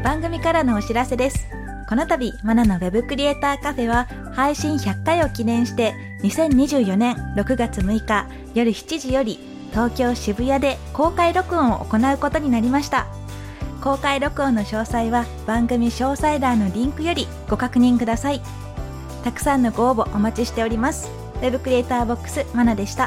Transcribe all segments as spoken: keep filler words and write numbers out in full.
番組からのお知らせです。この度マナのウェブクリエイターカフェは配信ひゃっかいを記念してにせんにじゅうよねんろくがつむいか夜しちじより東京渋谷で公開録音を行うことになりました。公開録音の詳細は番組詳細欄のリンクよりご確認ください。たくさんのご応募お待ちしております。ウェブクリエイターボックスマナでした。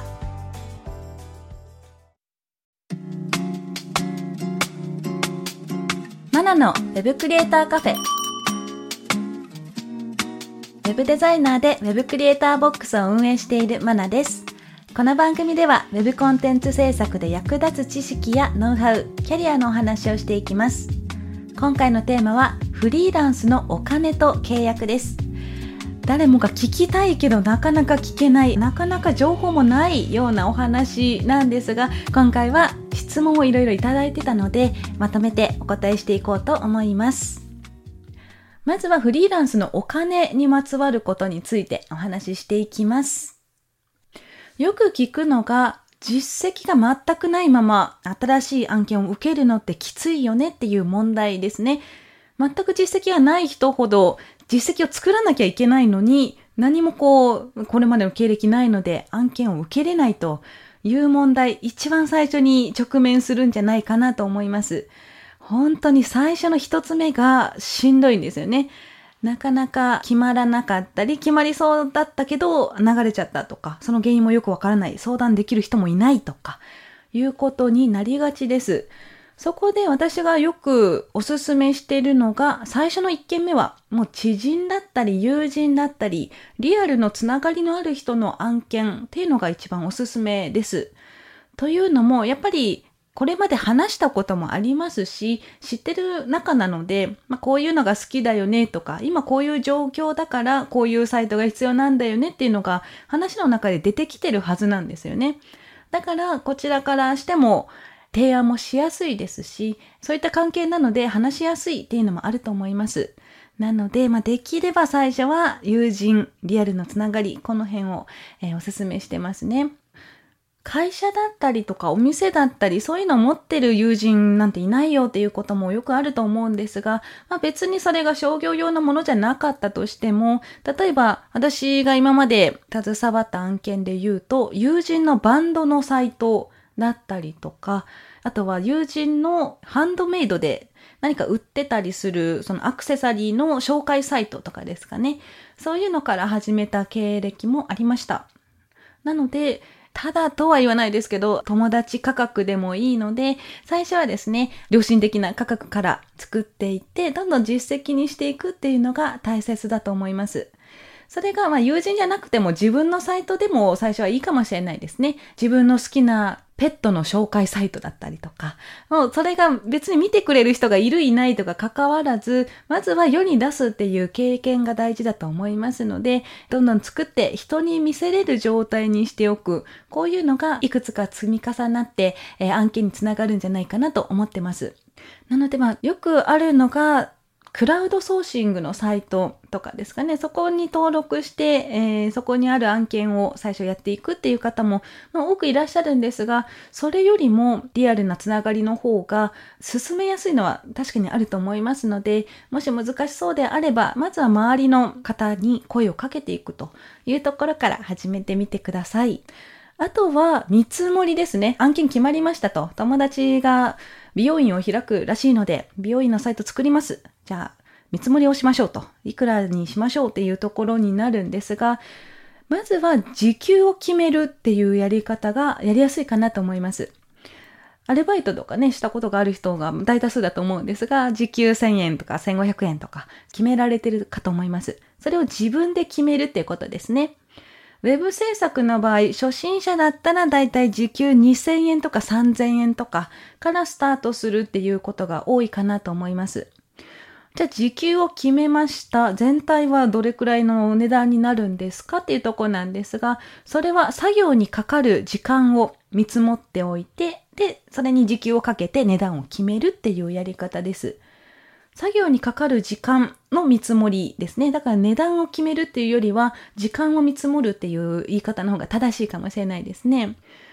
マナのウェブクリエイターカフェ。ウェブデザイナーでウェブクリエイターボックスを運営しているマナです。この番組ではウェブコンテンツ制作で役立つ知識やノウハウ、キャリアのお話をしていきます。今回のテーマはフリーランスのお金と契約です。誰もが聞きたいけどなかなか聞けない、なかなか情報もないようなお話なんですが、今回は質問をいろいろいただいてたのでまとめてお答えしていこうと思います。まずはフリーランスのお金にまつわることについてお話ししていきます。よく聞くのが、実績が全くないまま新しい案件を受けるのってきついよねっていう問題ですね。全く実績がない人ほど実績を作らなきゃいけないのに、何もこうこれまでの経歴ないので案件を受けれないという問題、一番最初に直面するんじゃないかなと思います。本当に最初の一つ目がしんどいんですよね。なかなか決まらなかったり、決まりそうだったけど流れちゃったとか、その原因もよくわからない、相談できる人もいないとかいうことになりがちです。そこで私がよくおすすめしているのが、最初のいっけんめはもう知人だったり友人だったりリアルのつながりのある人の案件っていうのが一番おすすめです。というのもやっぱりこれまで話したこともありますし、知ってる仲なので、まあ、こういうのが好きだよねとか、今こういう状況だからこういうサイトが必要なんだよねっていうのが話の中で出てきてるはずなんですよね。だからこちらからしても提案もしやすいですし、そういった関係なので話しやすいっていうのもあると思います。なので、まあ、できれば最初は友人、リアルのつながり、この辺を、えー、おすすめしてますね。会社だったりとかお店だったり、そういうのを持ってる友人なんていないよっていうこともよくあると思うんですが、まあ、別にそれが商業用のものじゃなかったとしても、例えば私が今まで携わった案件で言うと、友人のバンドのサイトだったりとか、あとは友人のハンドメイドで何か売ってたりするそのアクセサリーの紹介サイトとかですかね。そういうのから始めた経歴もありました。なので、ただとは言わないですけど、友達価格でもいいので、最初はですね、良心的な価格から作っていって、どんどん実績にしていくっていうのが大切だと思います。それがまあ友人じゃなくても自分のサイトでも最初はいいかもしれないですね。自分の好きなペットの紹介サイトだったりとか、もうそれが別に見てくれる人がいるいないとか関わらず、まずは世に出すっていう経験が大事だと思いますので、どんどん作って人に見せれる状態にしておく。こういうのがいくつか積み重なって、えー、案件につながるんじゃないかなと思ってます。なのでまあよくあるのが、クラウドソーシングのサイトとかですかね。そこに登録して、えー、そこにある案件を最初やっていくっていう方も、まあ、多くいらっしゃるんですが、それよりもリアルなつながりの方が進めやすいのは確かにあると思いますので、もし難しそうであれば、まずは周りの方に声をかけていくというところから始めてみてください。あとは見積もりですね。案件決まりましたと。友達が美容院を開くらしいので、美容院のサイト作ります。じゃあ、見積もりをしましょうと。いくらにしましょうっていうところになるんですが、まずは時給を決めるっていうやり方がやりやすいかなと思います。アルバイトとかね、したことがある人が大多数だと思うんですが、時給せんえんとかせんごひゃくえんとか決められてるかと思います。それを自分で決めるっていうことですね。ウェブ制作の場合、初心者だったらだいたい時給にせんえんとかさんぜんえんとかからスタートするっていうことが多いかなと思います。じゃあ時給を決めました。全体はどれくらいの値段になるんですかっていうところなんですが、それは作業にかかる時間を見積もっておいて、で、それに時給をかけて値段を決めるっていうやり方です。作業にかかる時間の見積もりですね。だから値段を決めるっていうよりは、時間を見積もるっていう言い方の方が正しいかもしれないですね。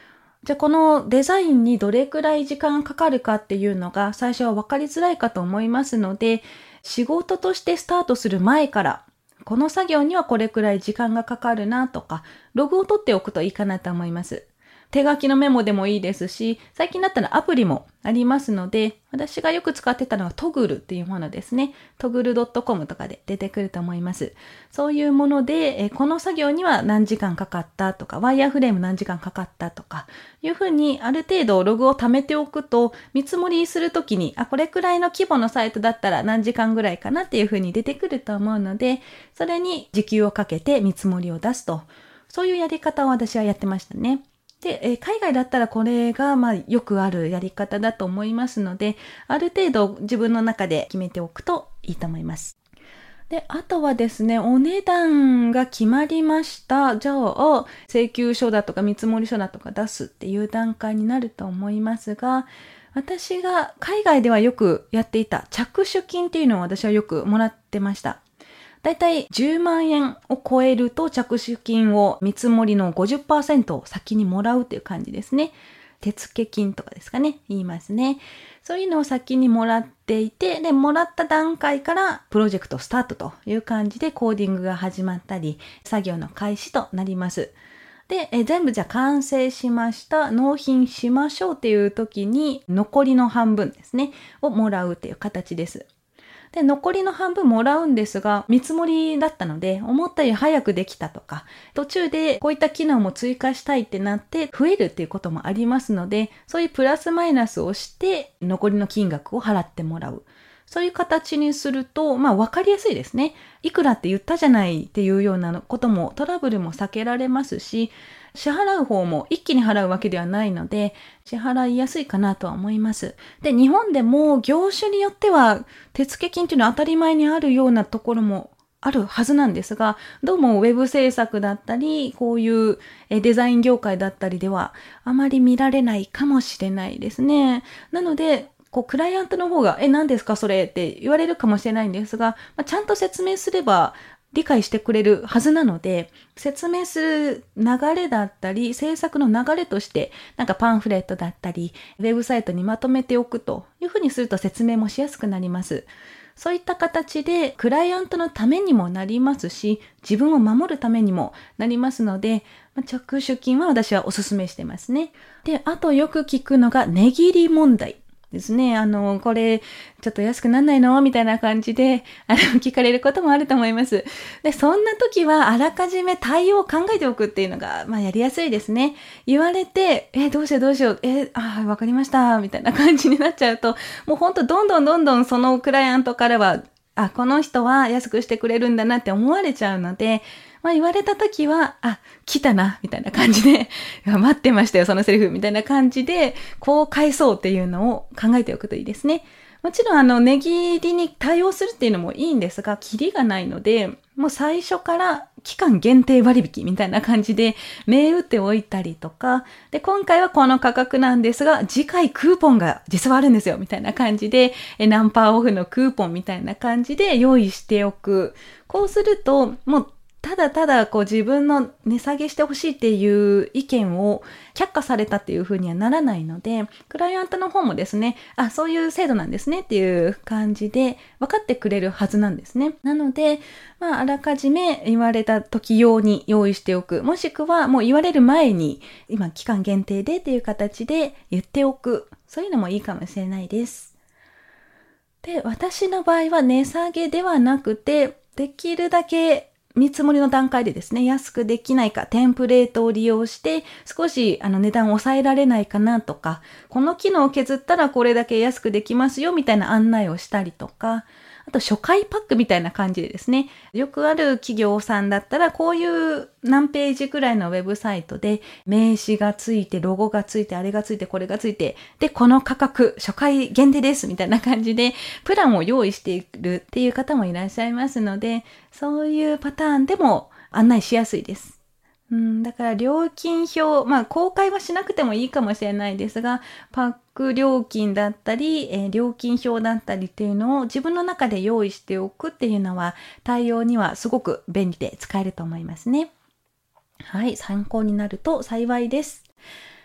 じゃあこのデザインにどれくらい時間かかるかっていうのが最初は分かりづらいかと思いますので、仕事としてスタートする前から、この作業にはこれくらい時間がかかるなとか、ログを取っておくといいかなと思います。手書きのメモでもいいですし、最近だったらアプリもありますので、私がよく使ってたのはトグルっていうものですね。トグルドットコム とかで出てくると思います。そういうもので、えこの作業には何時間かかったとか、ワイヤーフレーム何時間かかったとか、いうふうにある程度ログを貯めておくと、見積もりするときに、あ、これくらいの規模のサイトだったら何時間ぐらいかなっていうふうに出てくると思うので、それに時給をかけて見積もりを出すと、そういうやり方を私はやってましたね。で、えー、海外だったらこれがまあよくあるやり方だと思いますので、ある程度自分の中で決めておくといいと思います。で、あとはですね、お値段が決まりました。じゃあ、請求書だとか見積書だとか出すっていう段階になると思いますが、私が海外ではよくやっていた着手金っていうのを私はよくもらってました。だいたいじゅうまんえんを超えると着手金を見積もりの ごじゅっパーセント を先にもらうという感じですね。手付金とかですかね、言いますね。そういうのを先にもらっていて、で、もらった段階からプロジェクトスタートという感じでコーディングが始まったり、作業の開始となります。で、え全部じゃあ完成しました、納品しましょうっていう時に残りの半分ですね、をもらうっていう形です。で、残りの半分もらうんですが、見積もりだったので、思ったより早くできたとか、途中でこういった機能も追加したいってなって増えるっていうこともありますので、そういうプラスマイナスをして残りの金額を払ってもらう。そういう形にすると、まあ分かりやすいですね。いくらって言ったじゃないっていうようなことも、トラブルも避けられますし、支払う方も一気に払うわけではないので、支払いやすいかなとは思います。で、日本でも業種によっては手付金っていうのは当たり前にあるようなところもあるはずなんですが、どうもウェブ制作だったり、こういうデザイン業界だったりではあまり見られないかもしれないですね。なので、こうクライアントの方が、え、何ですかそれって言われるかもしれないんですが、まあ、ちゃんと説明すれば理解してくれるはずなので、説明する流れだったり、制作の流れとして、なんかパンフレットだったり、ウェブサイトにまとめておくというふうにすると説明もしやすくなります。そういった形で、クライアントのためにもなりますし、自分を守るためにもなりますので、着手金は私はお勧めしてますね。で、あとよく聞くのが値切り問題ですね。あの、これ、ちょっと安くなんないのみたいな感じで、あの、聞かれることもあると思います。で、そんな時は、あらかじめ対応を考えておくっていうのが、まあ、やりやすいですね。言われて、え、どうしようどうしよう、え、あ、わかりました、みたいな感じになっちゃうと、もうほんとどんどんどんどんそのクライアントからは、あ、この人は安くしてくれるんだなって思われちゃうので、まあ言われたときは、あ、来たな、みたいな感じで、待ってましたよ、そのセリフ、みたいな感じで、こう返そうっていうのを考えておくといいですね。もちろん、あの、値切りに対応するっていうのもいいんですが、キリがないので、もう最初から期間限定割引みたいな感じで、銘打っておいたりとか、で、今回はこの価格なんですが、次回クーポンが実はあるんですよ、みたいな感じで、えナンパーオフのクーポンみたいな感じで用意しておく。こうすると、もう、ただただこう自分の値下げしてほしいっていう意見を却下されたっていう風にはならないので、クライアントの方もですね、あ、そういう制度なんですねっていう感じで分かってくれるはずなんですね。なので、まあ、あらかじめ言われた時用に用意しておく。もしくはもう言われる前に、今期間限定でっていう形で言っておく。そういうのもいいかもしれないです。で、私の場合は値下げではなくて、できるだけ見積もりの段階でですね、安くできないか、テンプレートを利用して、少しあの値段を抑えられないかなとか、この機能を削ったらこれだけ安くできますよみたいな案内をしたりとか、あと初回パックみたいな感じでですね、よくある企業さんだったらこういう何ページくらいのウェブサイトで名刺がついて、ロゴがついて、あれがついて、これがついて、で、この価格、初回限定ですみたいな感じでプランを用意しているっていう方もいらっしゃいますので、そういうパターンでも案内しやすいです。うん、だから料金表、まあ公開はしなくてもいいかもしれないですが、パック料金だったり、えー、料金表だったりっていうのを自分の中で用意しておくっていうのは対応にはすごく便利で使えると思いますね。はい、参考になると幸いです。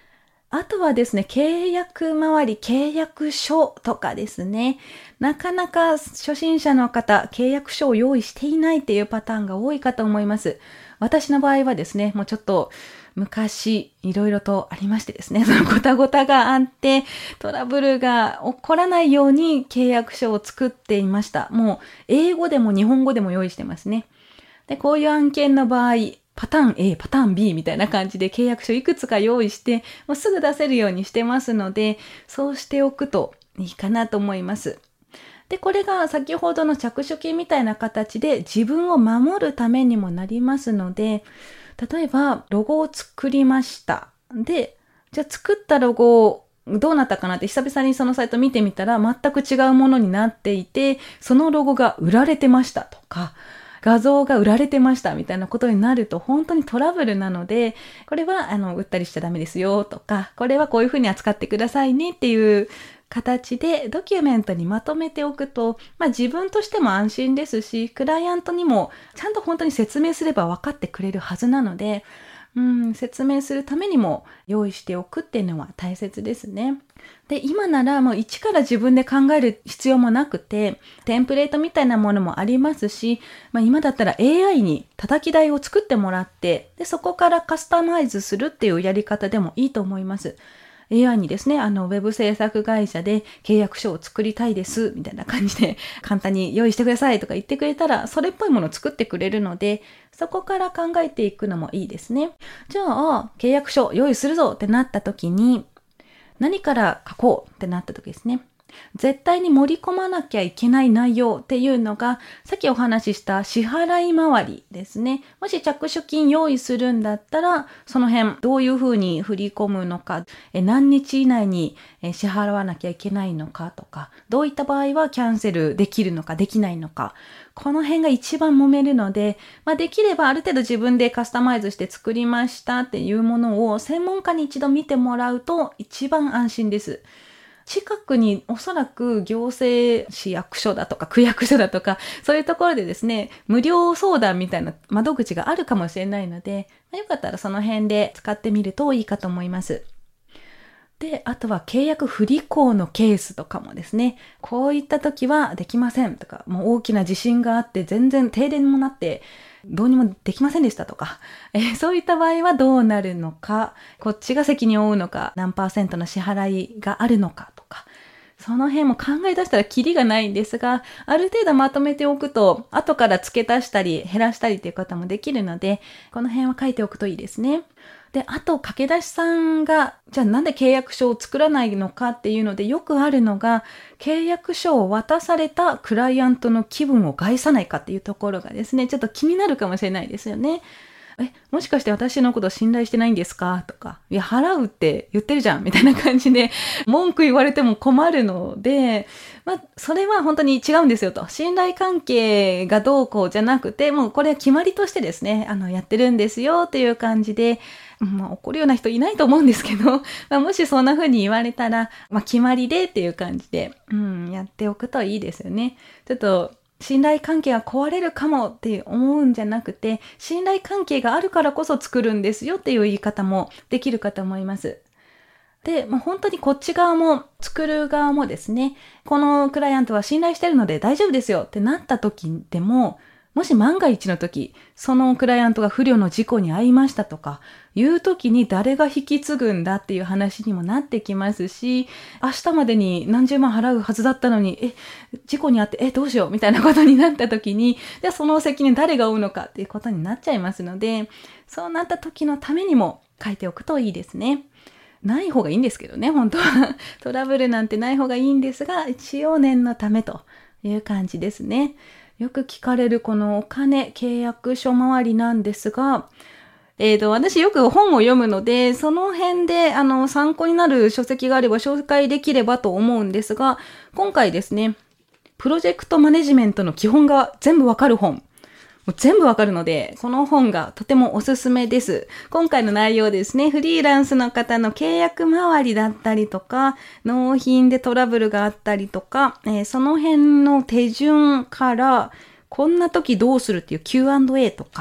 あとはですね、契約周り、契約書とかですね。なかなか初心者の方、契約書を用意していないっていうパターンが多いかと思います。私の場合はですね、もうちょっと昔いろいろとありましてですね、そのごたごたがあって、トラブルが起こらないように契約書を作っていました。もう英語でも日本語でも用意してますね。で、こういう案件の場合、パターン A、パターン B みたいな感じで契約書いくつか用意して、もうすぐ出せるようにしてますので、そうしておくといいかなと思います。で、これが先ほどの着手金みたいな形で自分を守るためにもなりますので、例えばロゴを作りました。で、じゃあ作ったロゴどうなったかなって久々にそのサイト見てみたら全く違うものになっていて、そのロゴが売られてましたとか、画像が売られてましたみたいなことになると本当にトラブルなので、これはあの売ったりしちゃダメですよとか、これはこういうふうに扱ってくださいねっていう形でドキュメントにまとめておくと、まあ自分としても安心ですし、クライアントにもちゃんと本当に説明すれば分かってくれるはずなので、うん、説明するためにも用意しておくっていうのは大切ですね。で、今ならもう一から自分で考える必要もなくて、テンプレートみたいなものもありますし、まあ今だったら エーアイ に叩き台を作ってもらって、で、そこからカスタマイズするっていうやり方でもいいと思います。エーアイ にですね、あの、ウェブ制作会社で契約書を作りたいです、みたいな感じで簡単に用意してくださいとか言ってくれたら、それっぽいものを作ってくれるので、そこから考えていくのもいいですね。じゃあ、契約書用意するぞってなった時に、何から書こうってなった時ですね。絶対に盛り込まなきゃいけない内容っていうのが、さっきお話しした支払い回りですね。もし着手金用意するんだったら、その辺どういうふうに振り込むのか、え何日以内に支払わなきゃいけないのかとか、どういった場合はキャンセルできるのかできないのか、この辺が一番揉めるので、まあ、できればある程度自分でカスタマイズして作りましたっていうものを専門家に一度見てもらうと一番安心です。近くにおそらく行政市役所だとか区役所だとかそういうところでですね、無料相談みたいな窓口があるかもしれないので、まあ、よかったらその辺で使ってみるといいかと思います。で、あとは契約不履行のケースとかもですね、こういった時はできませんとか、もう大きな地震があって全然停電もなってどうにもできませんでしたとか、えー、そういった場合はどうなるのか、こっちが責任を負うのか、何パーセントの支払いがあるのかとか、その辺も考え出したらキリがないんですが、ある程度まとめておくと、後から付け足したり減らしたりということもできるので、この辺は書いておくといいですね。で、あと、駆け出しさんが、じゃあなんで契約書を作らないのかっていうので、よくあるのが、契約書を渡されたクライアントの気分を害さないかっていうところがですね、ちょっと気になるかもしれないですよね。え、もしかして私のこと信頼してないんですかとか、いや、払うって言ってるじゃんみたいな感じで、文句言われても困るので、まあ、それは本当に違うんですよと。信頼関係がどうこうじゃなくて、もうこれは決まりとしてですね、あの、やってるんですよっていう感じで、まあ、怒るような人いないと思うんですけど、まあ、もしそんな風に言われたら、まあ、決まりでっていう感じで、うん、やっておくといいですよね。ちょっと、信頼関係が壊れるかもって思うんじゃなくて、信頼関係があるからこそ作るんですよっていう言い方もできるかと思います。で、まあ、本当にこっち側も作る側もですね、このクライアントは信頼してるので大丈夫ですよってなった時でも、もし万が一の時、そのクライアントが不慮の事故に遭いましたとか、いう時に誰が引き継ぐんだっていう話にもなってきますし、明日までに何十万払うはずだったのに、え、事故に遭って、え、どうしようみたいなことになった時に、じゃあその責任誰が負うのかっていうことになっちゃいますので、そうなった時のためにも書いておくといいですね。ない方がいいんですけどね、本当は。トラブルなんてない方がいいんですが、一応念のためという感じですね。よく聞かれるこのお金、契約書周りなんですが、えーと、私よく本を読むので、その辺であの参考になる書籍があれば紹介できればと思うんですが、今回ですね、プロジェクトマネジメントの基本が全部わかる本。もう全部わかるので、この本がとてもおすすめです。今回の内容ですね、フリーランスの方の契約周りだったりとか、納品でトラブルがあったりとか、えー、その辺の手順から、こんな時どうするっていう キューアンドエー とか、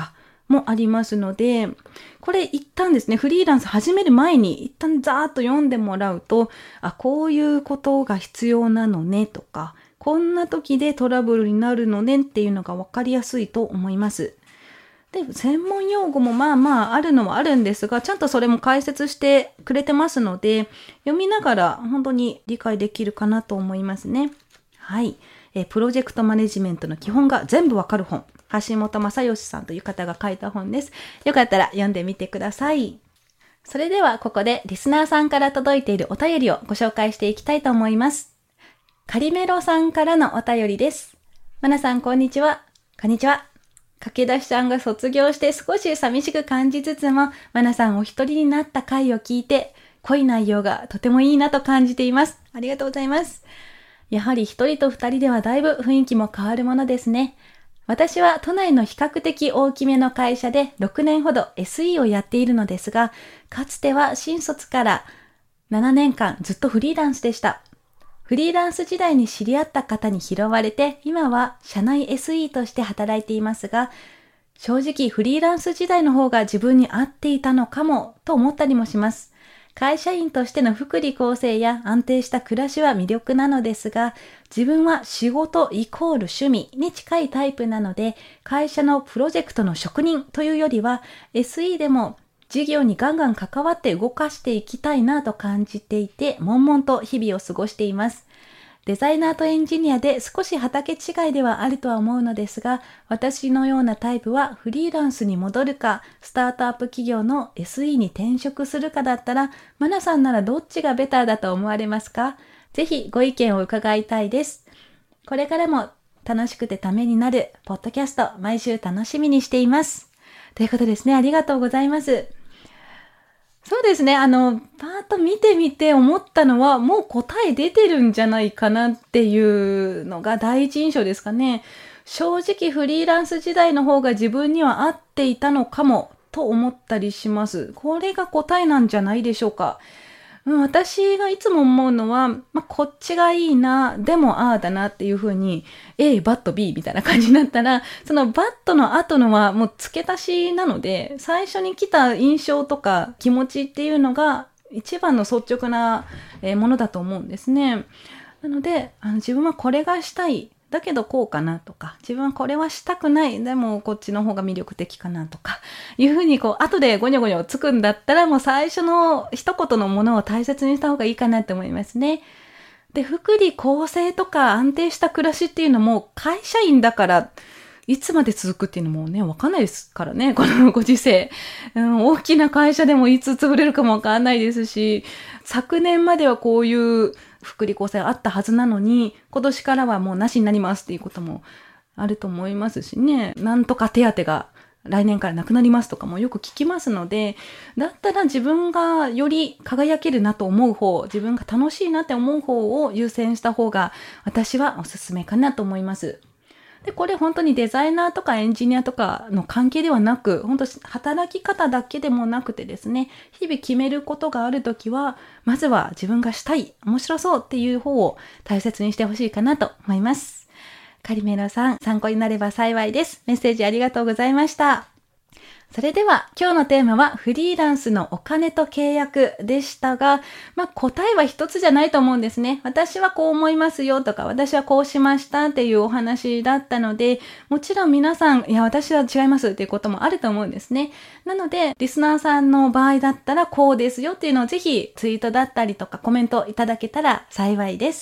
もありますので、これ一旦ですね、フリーランス始める前に一旦ざーっと読んでもらうと、あ、こういうことが必要なのねとか、こんな時でトラブルになるのねっていうのが分かりやすいと思います。で、専門用語もまあまああるのはあるんですが、ちゃんとそれも解説してくれてますので、読みながら本当に理解できるかなと思いますね。はい。えプロジェクトマネジメントの基本が全部わかる本。橋本正義さんという方が書いた本です。よかったら読んでみてください。それではここでリスナーさんから届いているお便りをご紹介していきたいと思います。カリメロさんからのお便りです。マナさんこんにちは。こんにちは。駆け出しさんが卒業して少し寂しく感じつつも、マナさんお一人になった回を聞いて、濃い内容がとてもいいなと感じています。ありがとうございます。やはり一人と二人ではだいぶ雰囲気も変わるものですね。私は都内の比較的大きめの会社でろくねんほど エスイー をやっているのですが、かつては新卒からななねんかんずっとフリーランスでした。フリーランス時代に知り合った方に拾われて、今は社内 エスイー として働いていますが、正直フリーランス時代の方が自分に合っていたのかもと思ったりもします。会社員としての福利厚生や安定した暮らしは魅力なのですが、自分は仕事イコール趣味に近いタイプなので、会社のプロジェクトの職人というよりは エスイー でも事業にガンガン関わって動かしていきたいなと感じていて、悶々と日々を過ごしています。デザイナーとエンジニアで少し畑違いではあるとは思うのですが、私のようなタイプはフリーランスに戻るか、スタートアップ企業の エスイー に転職するかだったら、マナさんならどっちがベターだと思われますか？ぜひご意見を伺いたいです。これからも楽しくてためになるポッドキャスト、毎週楽しみにしています。ということですね。ありがとうございます。そうですね。あの、パーッと見てみて思ったのは、もう答え出てるんじゃないかなっていうのが第一印象ですかね。正直フリーランス時代の方が自分には合っていたのかもと思ったりします。これが答えなんじゃないでしょうか。うん、私がいつも思うのは、まあ、こっちがいいな、でもああだなっていう風に A、バット、B みたいな感じになったら、そのバットの後のはもう付け足しなので、最初に来た印象とか気持ちっていうのが一番の率直なものだと思うんですね。なので、あの自分はこれがしたい。だけどこうかなとか、自分はこれはしたくない。でもこっちの方が魅力的かなとか、いうふうにこう、後でゴニョゴニョつくんだったら、もう最初の一言のものを大切にした方がいいかなって思いますね。で、福利厚生とか安定した暮らしっていうのも、会社員だから、いつまで続くっていうのもね、わかんないですからね、このご時世。うん、大きな会社でもいつ潰れるかもわかんないですし、昨年まではこういう福利厚生あったはずなのに、今年からはもうなしになりますっていうこともあると思いますしね。なんとか手当が来年からなくなりますとかもよく聞きますので、だったら自分がより輝けるなと思う方、自分が楽しいなって思う方を優先した方が私はおすすめかなと思います。で、これ本当にデザイナーとかエンジニアとかの関係ではなく、本当働き方だけでもなくてですね、日々決めることがあるときは、まずは自分がしたい、面白そうっていう方を大切にしてほしいかなと思います。カリメロさん、参考になれば幸いです。メッセージありがとうございました。それでは今日のテーマはフリーランスのお金と契約でしたが、まあ答えは一つじゃないと思うんですね。私はこう思いますよとか、私はこうしましたっていうお話だったので、もちろん皆さん、いや私は違いますっていうこともあると思うんですね。なので、リスナーさんの場合だったらこうですよっていうのをぜひツイートだったりとかコメントいただけたら幸いです。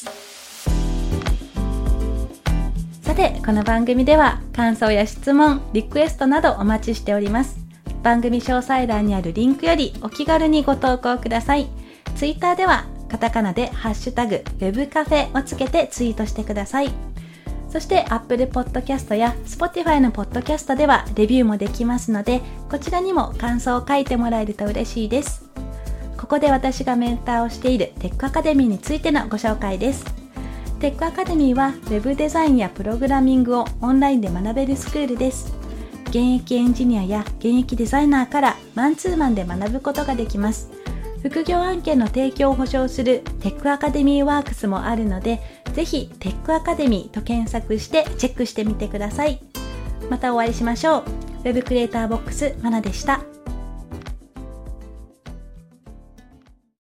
さて、この番組では感想や質問、リクエストなどお待ちしております。番組詳細欄にあるリンクよりお気軽にご投稿ください。ツイッターではカタカナでハッシュタグ ウェブカフェ をつけてツイートしてください。そして Apple Podcast や Spotify の Podcast ではレビューもできますので、こちらにも感想を書いてもらえると嬉しいです。ここで私がメンターをしているテックアカデミーについてのご紹介です。テックアカデミーは Web デザインやプログラミングをオンラインで学べるスクールです。現役エンジニアや現役デザイナーからマンツーマンで学ぶことができます。副業案件の提供を保証するテックアカデミーワークスもあるので、ぜひテックアカデミーと検索してチェックしてみてください。またお会いしましょう。 ェブクリエイターボックスマナでした。